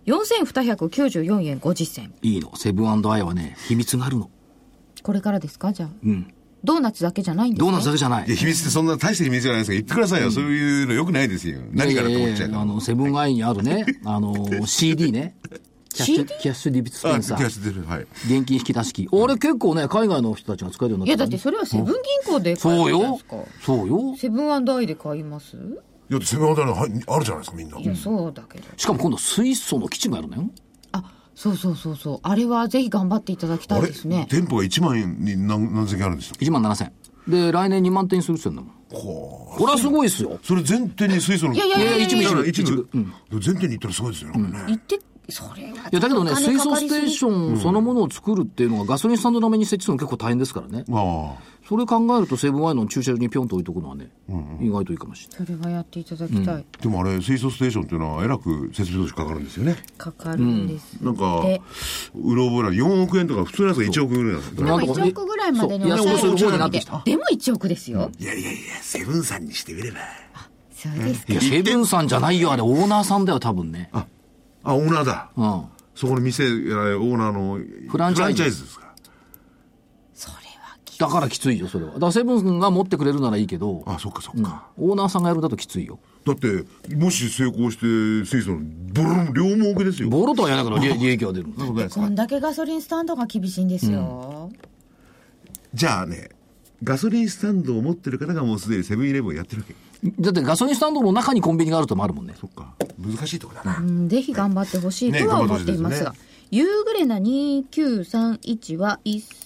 4294円50銭。 いいの、セブン&アイはね秘密があるの。 これからですか。じゃあ、ドーナツだけじゃないんですね。 ドーナツだけじゃない。 いや、秘密ってそんな大した秘密じゃないですか。言ってくださいよ。そういうのよくないですよ。何からと思っちゃうから。 セブンアイにあるねCD ねキャッシュディビッツスペンサー、 はい、 現金引き出し機、俺結構ね海外の人たちが使えるようになって、 いやだってそれはセブン銀行で買えるじゃないですか。 そうよ。 セブン&アイで買います。 いやセブン&アイあるじゃないですかみんな。 いやそうだけど、 しかも今度水素の基地もやるのよ。 そうあれはぜひ頑張っていただきたいですね。 店舗が1万円に何千件あるんですよ。 1万7000で来年2万点にするって言ってんだもん。これはすごいですよ。 それ前提に水素のいや一部、 前提に言ったらすごいですよね。 言ってそれはいやだけどね、水素ステーションそのものを作るっていうのはガソリンスタンドの目に設置するの結構大変ですからね。それ考えるとセブンアイの駐車場にピョンと置いとくのはね、意外といいかもしれない。 それはやっていただきたい。 でもあれ水素ステーションっていうのはえらく設備投資かかるんですよね。 かかるんです。 なんかうろ覚えな4億円とか普通のやつが1億円ぐらいなんですよ。 でも1億ぐらいまでに抑える方になってきた。 でも1億ですよ。 いやセブンさんにしてみれば。 そうですか。 いやセブンさんじゃないよ、あれオーナーさんだよ多分ね。 オーナーだ。そこの店オーナーのフランチャイズですか。 それはきつい。 だからきついよそれは。だからセブンが持ってくれるならいいけど、 そっか、 オーナーさんがやるんだときついよ。 だってもし成功して水素の両儲けですよ。 ボロとは言わないけど利益は出る。 こんだけガソリンスタンドが厳しいんですよ。 じゃあね、ガソリンスタンドを持ってる方がもうすでにセブンイレブンをやってるわけ。 だってガソリンスタンドの中にコンビニがあるともあるもんね。 そっか、難しいとこだな。 ぜひ頑張ってほしいとは思っていますが、ユーグレナ2931は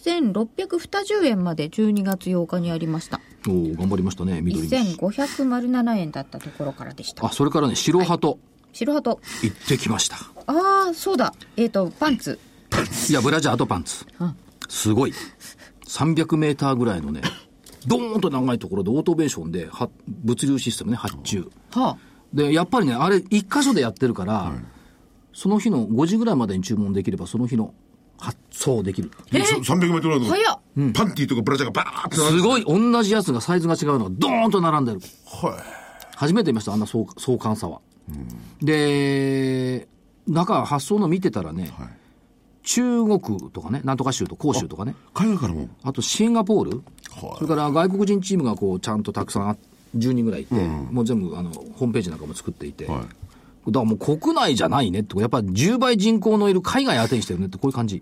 1620円まで12月8日にありました。 頑張りましたね。緑 1507円だったところからでした。 それからね、白鳩、 白鳩行ってきました。 そうだ、パンツ、 いやブラジャーとパンツ、すごい300メーターぐらいのねドーンと長いところでオートメーションで物流システムね発注、でやっぱりねあれ一箇所でやってるから、その日の5時ぐらいまでに注文できればその日の発送できる。 300メートルの早っ、 パンティーとかブラジャーがバーッとすごい同じやつがサイズが違うのがドーンと並んでる。初めて見ました、あんな相関差は。で中発送の見てたらね、中国とかね、なんとか州と広州とかね、 海外からも、 あとシンガポール、それから外国人チームがこうちゃんとたくさん10人ぐらいいて、もう全部ホームページなんかも作っていて、だからもう国内じゃないねって、やっぱり10倍人口のいる海外当てにしてるねって、こういう感じ。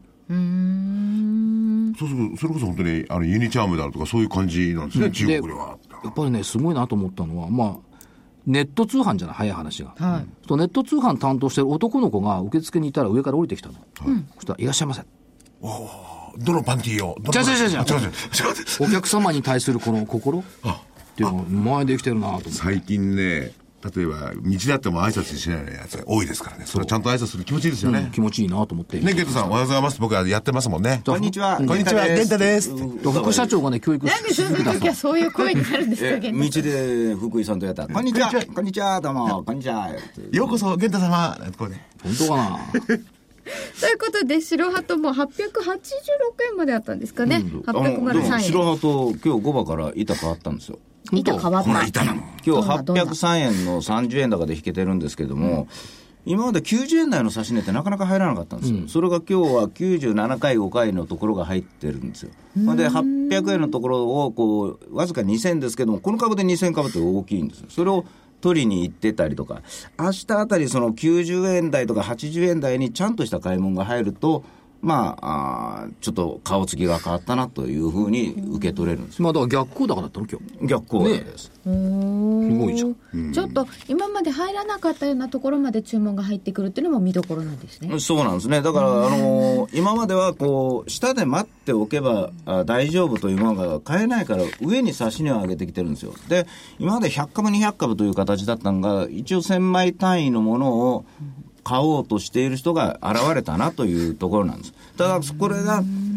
そうそれこそ本当にユニチャームであるとかそういう感じなんですね、中国では。 やっぱりねすごいなと思ったのは、ネット通販じゃない、早い話が、とネット通販担当してる男の子が受付にいたら上から降りてきたの、そしたらいらっしゃいませ、 どのパンティーをお客様に対するこの心っていうのが前できてるなと思って。 最近ね、例えば道であっても挨拶しないやつが多いですからね。それちゃんと挨拶する気持ちいいですよね。 気持ちいいなと思って。 ね、ゲンタさんおはようございます。僕はやってますもんね。 こんにちは。 こんにちは、ゲンタです。 副社長がね教育してください。 そういう声になるんですか。 道で福井さんとやったら、こんにちは、こんにちは、どうも、こんにちは。 ようこそゲンタ様。これね。 本当かな。 ということで白鳩も886円まであったんですかね。803円。 白鳩今日5番から板変わったんですよ。 板変わった。 今日803円の30円高で引けてるんですけども、今まで90円台の指値ってなかなか入らなかったんですよ。それが今日は97回5回のところが入ってるんですよ。で800円のところをこうわずか2000ですけども、この株で2000株って大きいんですよ。それを取りに行ってたりとか、明日あたりその90円台とか80円台にちゃんとした買い物が入ると、ちょっと顔つきが変わったなというふうに受け取れるんですよ。 だから逆効高だったの今日。 逆効高です。 すごいじゃん。 ちょっと今まで入らなかったようなところまで注文が入ってくるっていうのも見どころなんですね。 そうなんですね。だから今まではこう下で待っておけば大丈夫というものが買えないから上に指値を上げてきてるんですよ。で今まで100株200株という形だったのが、一応1000枚単位のものを買おうとしている人が現れたなというところなんです。ただこれが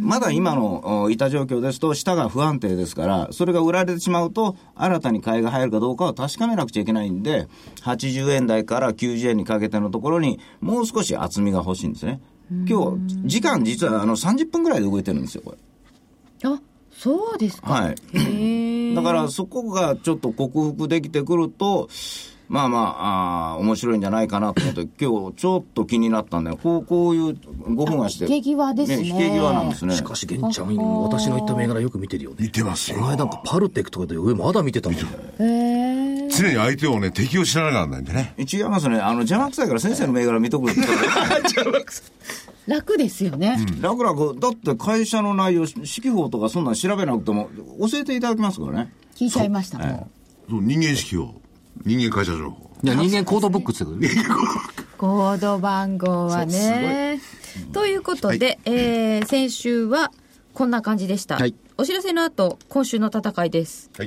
まだ今のいた状況ですと下が不安定ですから、それが売られてしまうと新たに買いが入るかどうかは確かめなくちゃいけないんで、80円台から90円にかけてのところにもう少し厚みが欲しいんですね。今日時間実は30分ぐらいで動いてるんですよ、これ。 あ、そうですか。 はい。だからそこがちょっと克服できてくると、まあまあ、面白いんじゃないかなと思って、今日ちょっと気になったんで、こういう5分足で。 引け際ですね。 引け際なんですね。 しかし、玄ちゃん、私の言った銘柄よく見てるよね。 見てますよ。 この間なんかパルテックとかで上まだ見てたもん。 常に相手をね、敵を知らなきゃならないんでね。 違いますね。邪魔くさいから先生の銘柄見とくれって邪魔くさい。 楽ですよね。 楽々。だって会社の内容、指揮法とかそんなん調べなくても教えていただきますからね。 聞いちゃいましたもん。 人間指揮法。人間会社情報。 いや、人間コードブックって言ってくる。 コード番号はね。ということで、先週はこんな感じでした。はい、お知らせの後、今週の戦いです。はい。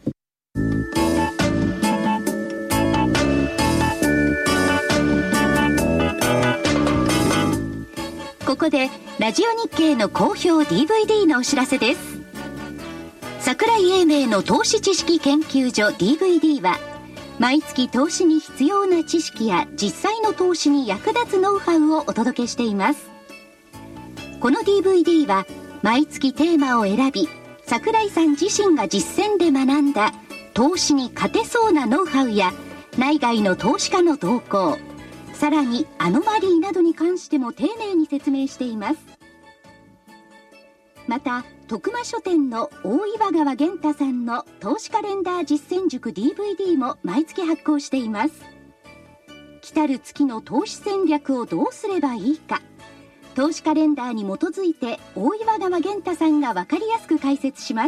ここでラジオ日経の好評 DVD のお知らせです。桜井英明の投資知識研究所 DVD は、毎月投資に必要な知識や実際の投資に役立つノウハウをお届けしています。この DVD は毎月テーマを選び、桜井さん自身が実践で学んだ投資に勝てそうなノウハウや内外の投資家の動向、さらにアノマリーなどに関しても丁寧に説明しています。また徳間書店の大岩川源太さんの投資カレンダー実践塾 DVD も毎月発行しています。来たる月の投資戦略をどうすればいいか、投資カレンダーに基づいて大岩川源太さんが分かりやすく解説します。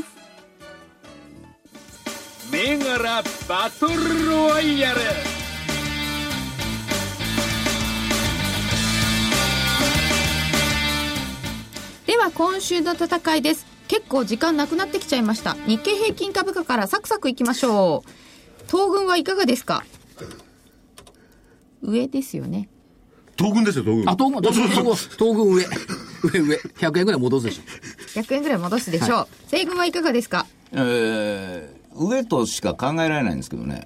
銘柄バトルロワイヤル。 では今週の戦いです。結構時間なくなってきちゃいました。日経平均株価からサクサクいきましょう。東軍はいかがですか？上ですよね。 東軍ですよ、東軍。 東軍上。100円ぐらい戻すでしょ。 100円ぐらい戻すでしょう。はい、西軍はいかがですか？ 上としか考えられないんですけどね。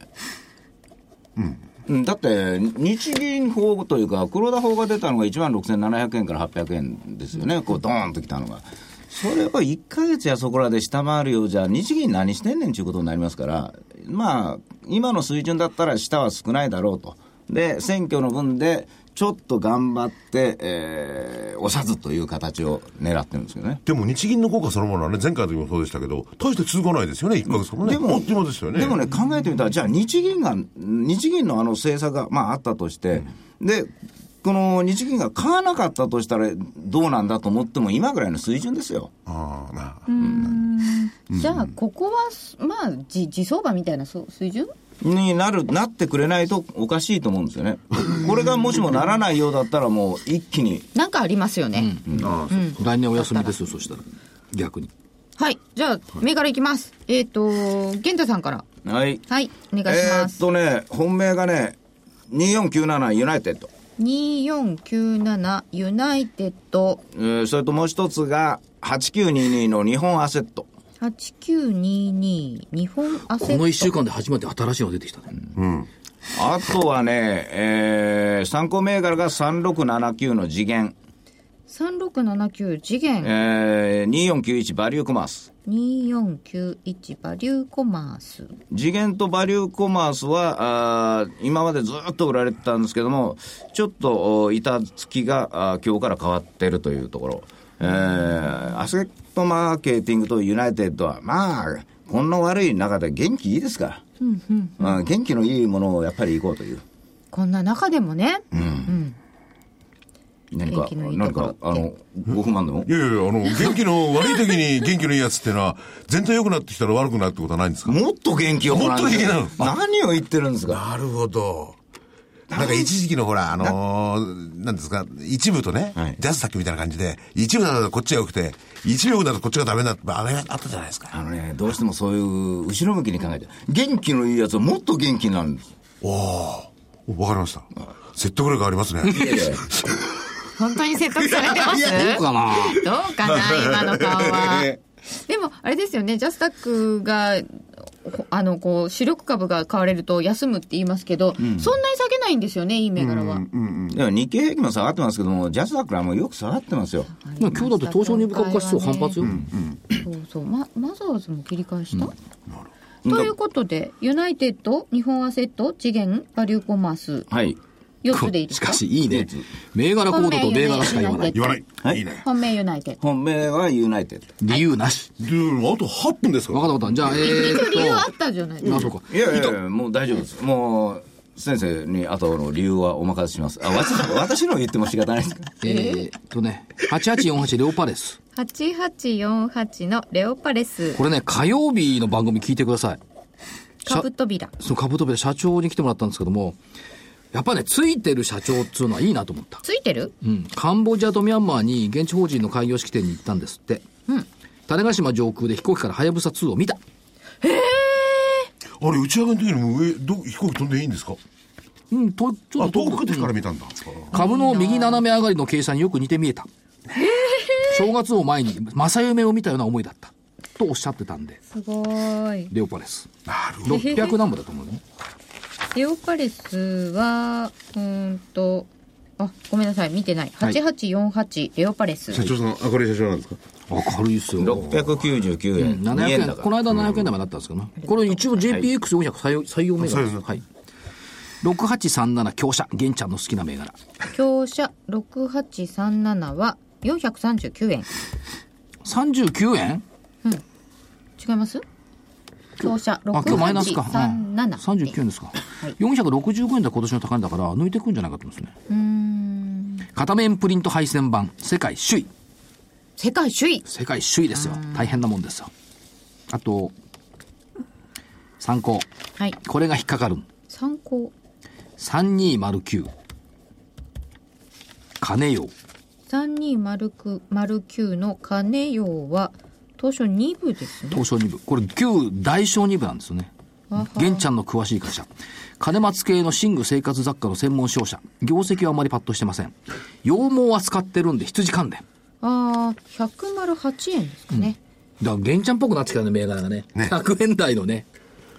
だって日銀法というか黒田法が出たのが16,700円から800円ですよね。こうドーンときたのが、それを1ヶ月やそこらで下回るようじゃ日銀何してんねんということになりますから、まあ今の水準だったら下は少ないだろうと。で選挙の分でちょっと頑張って、押さずという形を狙ってるんですけどね。 でも日銀の効果そのものはね、前回の時もそうでしたけど、大して続かないですよね、1ヶ月もね。でも、ですよね。 でもね、考えてみたら、じゃあ日銀の政策が、まああったとして、で、この日銀が買わなかったとしたらどうなんだと思っても今ぐらいの水準ですよ。 じゃあ、ここは、まあ、地相場みたいな水準になってくれないとおかしいと思うんですよね。これがもしもならないようだったらもう一気になんかありますよね。 来年お休みですよ。そしたら逆に。 はい、じゃあ銘柄いきます。源太さんからはい、はい、お願いします。 本命がね2497ユナイテッド、 2497ユナイテッド、 それともう一つが8922の日本アセット。 8922日本アセット。 この1週間で初めて新しいの出てきたね。 あとはね、参考銘柄が3679の次元、 3679次元、 2491バリューコマース、 2491バリューコマース。 次元とバリューコマースは今までずっと売られてたんですけども、ちょっと板付きが今日から変わってるというところ。アセットマーケティングとユナイテッドはまあこんな悪い中で元気いいですから、元気のいいものをやっぱり行こうという、 こんな中でもね、 何かご不満でも。 いや元気の悪い時に元気のいいやつっていうのは全体良くなってきたら悪くなるってことはないんですか？ もっと元気よ。 もっと元気なの。 何を言ってるんですか。 なるほど。なんか一時期のほら、なんですか、一部とね、ジャズ作みたいな感じで、一部だとこっちが良くて、一部良くなるとこっちがダメだって、あれがあったじゃないですか。 どうしてもそういう後ろ向きに考えて、元気のいいやつはもっと元気になるんです。 わかりました。説得力ありますね。 本当に説得されてます？ どうかな。 どうかな今の顔は。でもあれですよね、ジャスタックがこう主力株が買われると休むって言いますけど、そんなに下げないんですよね、いい銘柄は。 でも日経平均も下がってますけども、ジャスダックはもうよく下がってますよ。 今日だって東証2部株価指数反発よ。 そうマザーズも切り返した、ということでユナイテッド、日本アセット、次元、バリューコマース、 はい 4つでいいですか？ しかしいいね。銘柄コードと銘柄しか言わない。 言わない。 はい、 いいね。 本命ユナイテッド。 本命はユナイテッド。 理由なし。 あと8分ですから。 わかったわかった。じゃあ理由あったじゃないですか。 あ、そうか。 いやもう大丈夫です。もう先生にあとの理由はお任せします。私の言っても仕方ないですか。 8848レオパレス。 8848のレオパレス。 これね、火曜日の番組聞いてください。 カブトビラ。 そう、カブトビラ社長に来てもらったんですけども、やっぱね、ついてる社長っつうのはいいなと思った。 ついてる？ うん。カンボジアとミャンマーに現地法人の開業式典に行ったんですって。うん。種子島上空で飛行機からハヤブサ2を見た。 あれ、打ち上げの時にも飛行機飛んでいいんですか？ うん、ちょっと遠くから見たんだ。 株の右斜め上がりの計算によく似て見えた。正月を前に正夢を見たような思いだった。とおっしゃってたんで。 すごい。 レオパレス。600何本だと思うね。 レオパレスは、ごめんなさい、見てない。8848、レオパレス。 社長さん、これ社長なんですか？ 明るいっすよ。 699円。 700円だから。この間700円台までなったんですけどね。これ一応 JPX400 採用銘柄です。はい。6837強者、玄ちゃんの好きな銘柄。 強者6837は439円。 39円？ うん。違います？強者6837。 今日マイナスか。39円ですか。はい、465円で今年の高値だから抜いてくんじゃないかと思いますね。片面プリント配線版、世界首位。 世界首位？ 世界首位ですよ。大変なもんですよ。あと、参考。 はい。 これが引っかかる。 参考。 3209。金陽。 3209の金陽は、東証2部ですね。 東証2部。これ旧大証2部なんですよね。玄ちゃんの詳しい会社。金松系の寝具生活雑貨の専門商社。業績はあまりパッとしてません。羊毛は使ってるんで羊関連。 108円ですかね。 だから玄ちゃんっぽくなってきたね、銘柄がね。100円台のね。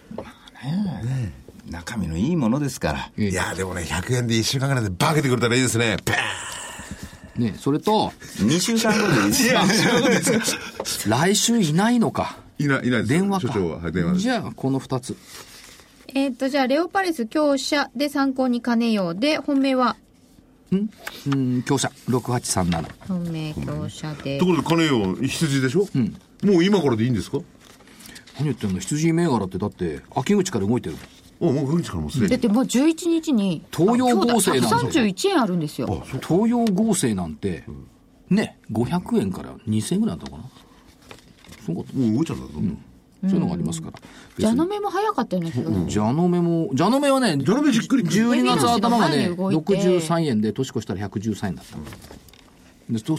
中身のいいものですから。 いや、でもね、100円で1週間ぐらいでバケてくれたらいいですね。 ね、それと、 2週間後でいいですか。来週いないのか。 いないです。 電話か。 所長は、はい、電話です。 じゃあ、この2つ。 じゃあ、レオパレス強者で参考に金陽で、本命は強者、6837。 本命強者で。 ところで金陽、羊でしょ？うん。もう今からでいいんですか？ 何言ってんの？羊銘柄ってだって、秋口から動いてる。 もう口からもうすでに。 だってもう11日に東洋合成なんて131円あるんですよ。 東洋合成なんて、ね、500円から2000円ぐらいだったかな。そうか、 もう動いちゃったぞ。 そういうのがありますから。 ジャノメも早かったよね。ジャノメはね、 ジャノメじっくり 12月頭がね、63円で年越したら113円だった。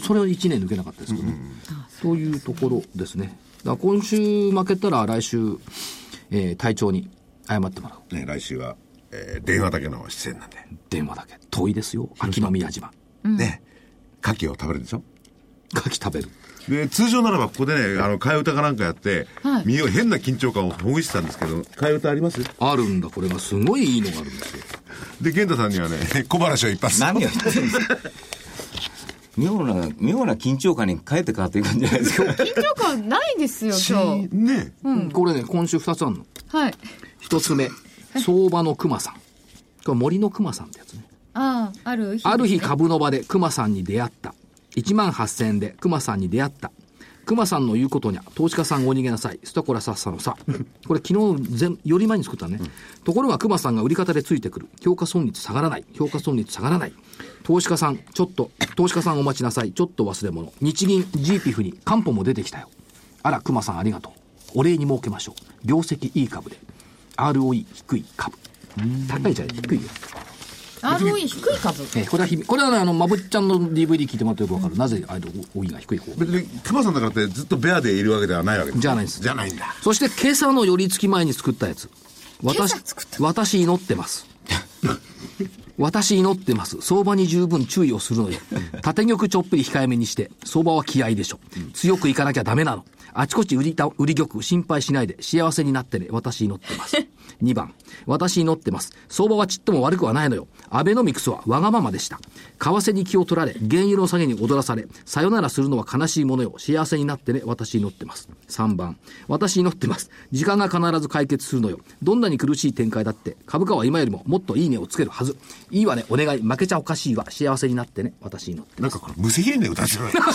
それを1年抜けなかったですけどね。というところですね。だから今週負けたら来週、隊長に謝ってもらう。 ね、来週は、電話だけの出演なんで。 電話だけ。遠いですよ。秋の宮島。 ね。牡蠣を食べるでしょ？ 牡蠣食べる。 で、通常ならばここでね、替え歌かなんかやって、身を変な緊張感をほぐしてたんですけど、替え歌あります？ あるんだ。これがすごいいいのがあるんですよ。 で、玄太さんにはね、小話を一発。 何を言ってるんですか？妙な緊張感に変えて変わっていくんじゃないですか。 緊張感ないですよ、今日。 ね。 これね、今週2つあるの。 はい。 1つ目、相場の熊さん。これ森の熊さんってやつね。 ある日、 ある日株の場で熊さんに出会った。18,000円で熊さんに出会った。熊さんの言うことにゃ、投資家さんお逃げなさい。スタコラさっさのさ。これ昨日より前に作ったね。ところが熊さんが売り方でついてくる。評価損率下がらない。評価損率下がらない。投資家さんお待ちなさい。ちょっと忘れ物。日銀 GPF に担保も出てきたよ。あら、熊さんありがとう。お礼に儲けましょう。業績いい株で。ROE 低い株。高いじゃない、低いよ。 ROE 低い株。 これはね、まぶっちゃんの DVD 聞いてもらってよくわかる。なぜ ROE が低い方。 別に熊さんだからってずっとベアでいるわけではないわけです。 じゃないです。 じゃないんだ。 そして今朝の寄り付き前に作ったやつ。私祈ってます。 私祈ってます。相場に十分注意をするのよ。縦玉ちょっぴり控えめにして、相場は気合でしょ。強くいかなきゃダメなの。あちこち売り玉心配しないで幸せになってね。私祈ってます。2番、私祈ってます。相場はちっとも悪くはないのよ。アベノミクスはわがままでした。為替に気を取られ、原油の下げに踊らされ、さよならするのは悲しいものよ。幸せになってね。私祈ってます。3番、私祈ってます。時間が必ず解決するのよ。どんなに苦しい展開だって株価は今よりももっといい値をつけるはず。いいわね、お願い。負けちゃおかしいわ。幸せになってね。私祈ってます。 なんかこれ無責任で歌って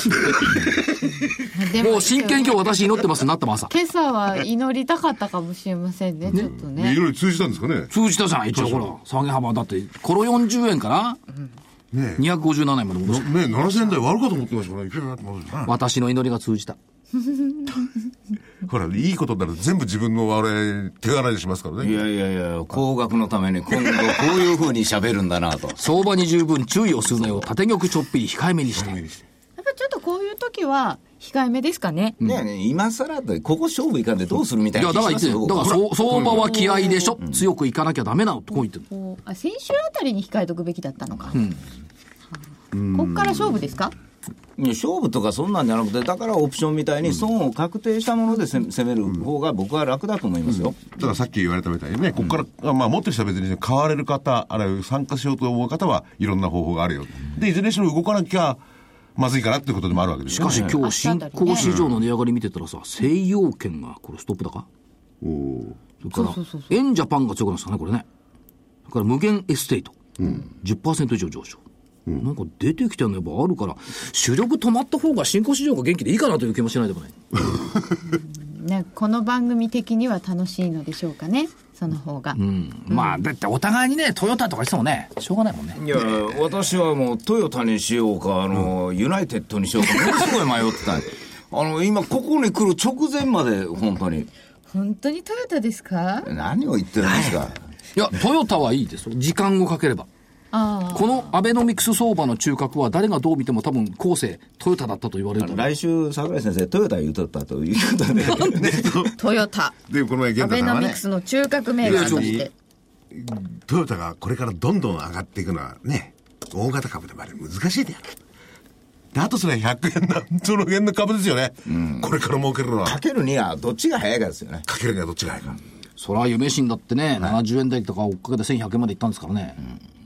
るもう真剣今日私祈ってますなったも朝。 今朝は祈りたかったかもしれませんね、ちょっとね。 いろいろ通じたんですかね。 通じたじゃない、一応ほら。下げ幅だって、この40円から、ね、257円まで戻した。 ね、7000円台割るかと思ってましたからね。 私の祈りが通じた。 ほら、いいことになると全部自分の手柄にしますからね。 いや、高額のために今後こういう風に喋るんだなと。 相場に十分注意をするのよ。縦玉ちょっぴり控えめにして。 やっぱりちょっとこういう時は控えめですかね。 ね、今更とここ勝負いかんでどうするみたいな。 いや、だから言ってる。だから相場は気合でしょ。強くいかなきゃダメなのとこう言ってる。 先週あたりに控えとくべきだったのか。こっから勝負ですか？ いや、勝負とかそんなんじゃなくて、だからオプションみたいに損を確定したもので攻める方が僕は楽だと思いますよ。 だからさっき言われたみたいにね、ここから、持ってる人は別に買われる方、あるいは参加しようと思う方はいろんな方法があるよ。で、いずれにしろ動かなきゃまずいかなっていうことでもあるわけですよね。 しかし今日新興市場の値上がり見てたらさ、西洋圏がこれストップ高。それからエンジャパンが強くなったね、これね。それから無限エステート、10% 以上上昇。なんか出てきてるのやっぱあるから、主力止まった方が新興市場が元気でいいかなという気もしないでもない。 ね、この番組的には楽しいのでしょうかね、その方が。 まあだってお互いにね、トヨタとかしてもね、しょうがないもんね。 いや、私はもうトヨタにしようかユナイテッドにしようか、ものすごい迷ってた今ここに来る直前まで本当にトヨタですか？ 何を言ってるんですか？ いや、トヨタはいいですよ、時間をかければ。このアベノミクス相場の中核は誰がどう見ても多分後世トヨタだったと言われると。 来週櫻井先生トヨタ言うとったということでトヨタでこの前アベノミクスの中核銘柄としてトヨタがこれからどんどん上がっていくのはね、大型株でもあれ難しいである。であとそれ100円なんその円の株ですよね、これから儲けるのは。 かけるにはどっちが早いかですよね。 かけるにはどっちが早いか。 それは夢新だってね、70円台とか追っかけて1100円までいったんですからね。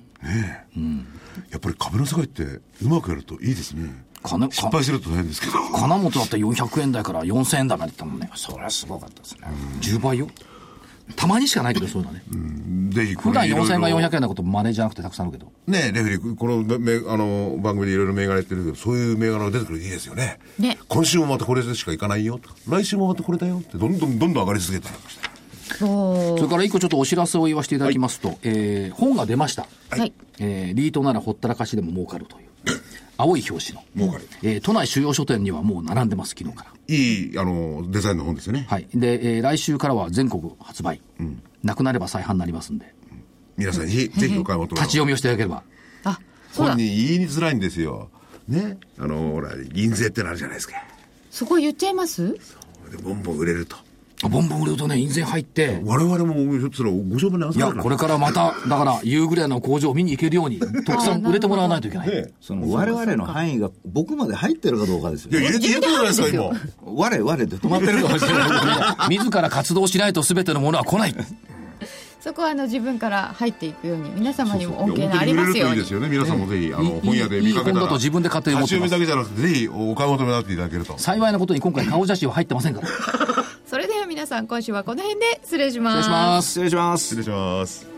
やっぱり株の世界ってうまくやるといいですね。失敗すると大変ですけど、 金本だって400円台から4000円台までいったもんね。 それはすごかったですね。 10倍よ。たまにしかないけど、そういうのはね。 ぜひ普段4000円が400円なことマネージャーなくてたくさんあるけどね。レフリーこの番組でいろいろ銘柄やってるけど、そういう銘柄が出てくるといいですよね。今週もまたこれでしかいかないよとか、来週もまたこれだよってどんどん上がり続けてました。 それから一個ちょっとお知らせを言わせていただきますと、本が出ました、リートならほったらかしでも儲かるという青い表紙の儲かる、都内主要書店にはもう並んでます。昨日からいいデザインの本ですよね。 で、来週からは全国発売、なくなれば再販になりますんで、 皆さんぜひお買い求め立ち読みをしていただければ。 本に言いづらいんですよね。ほら印税ってのあるじゃないですか。 そこ言っちゃいます。 でボンボン売れると、 ボンボン売れるとね、印税入って我々もひょっとしたらご商売に合わせない。 いや、これからまただから夕暮れの工場を見に行けるようにたくさん売れてもらわないといけない。 その我々の範囲が僕まで入ってるかどうかですよ。 いや、入れてるじゃないですか今。 我々で止まってるかもしれない自ら活動しないと全てのものは来ない。 そこは自分から入っていくように、皆様にも恩恵がありますように。 いいですよね。皆さんもぜひ本屋で見かけたら、いい本だと自分で買って立ち読みだけじゃなくてぜひお買い求めになっていただけると。 幸いなことに今回顔写真は入ってませんからそれでは皆さん、今週はこの辺で失礼します。 失礼します。 失礼します。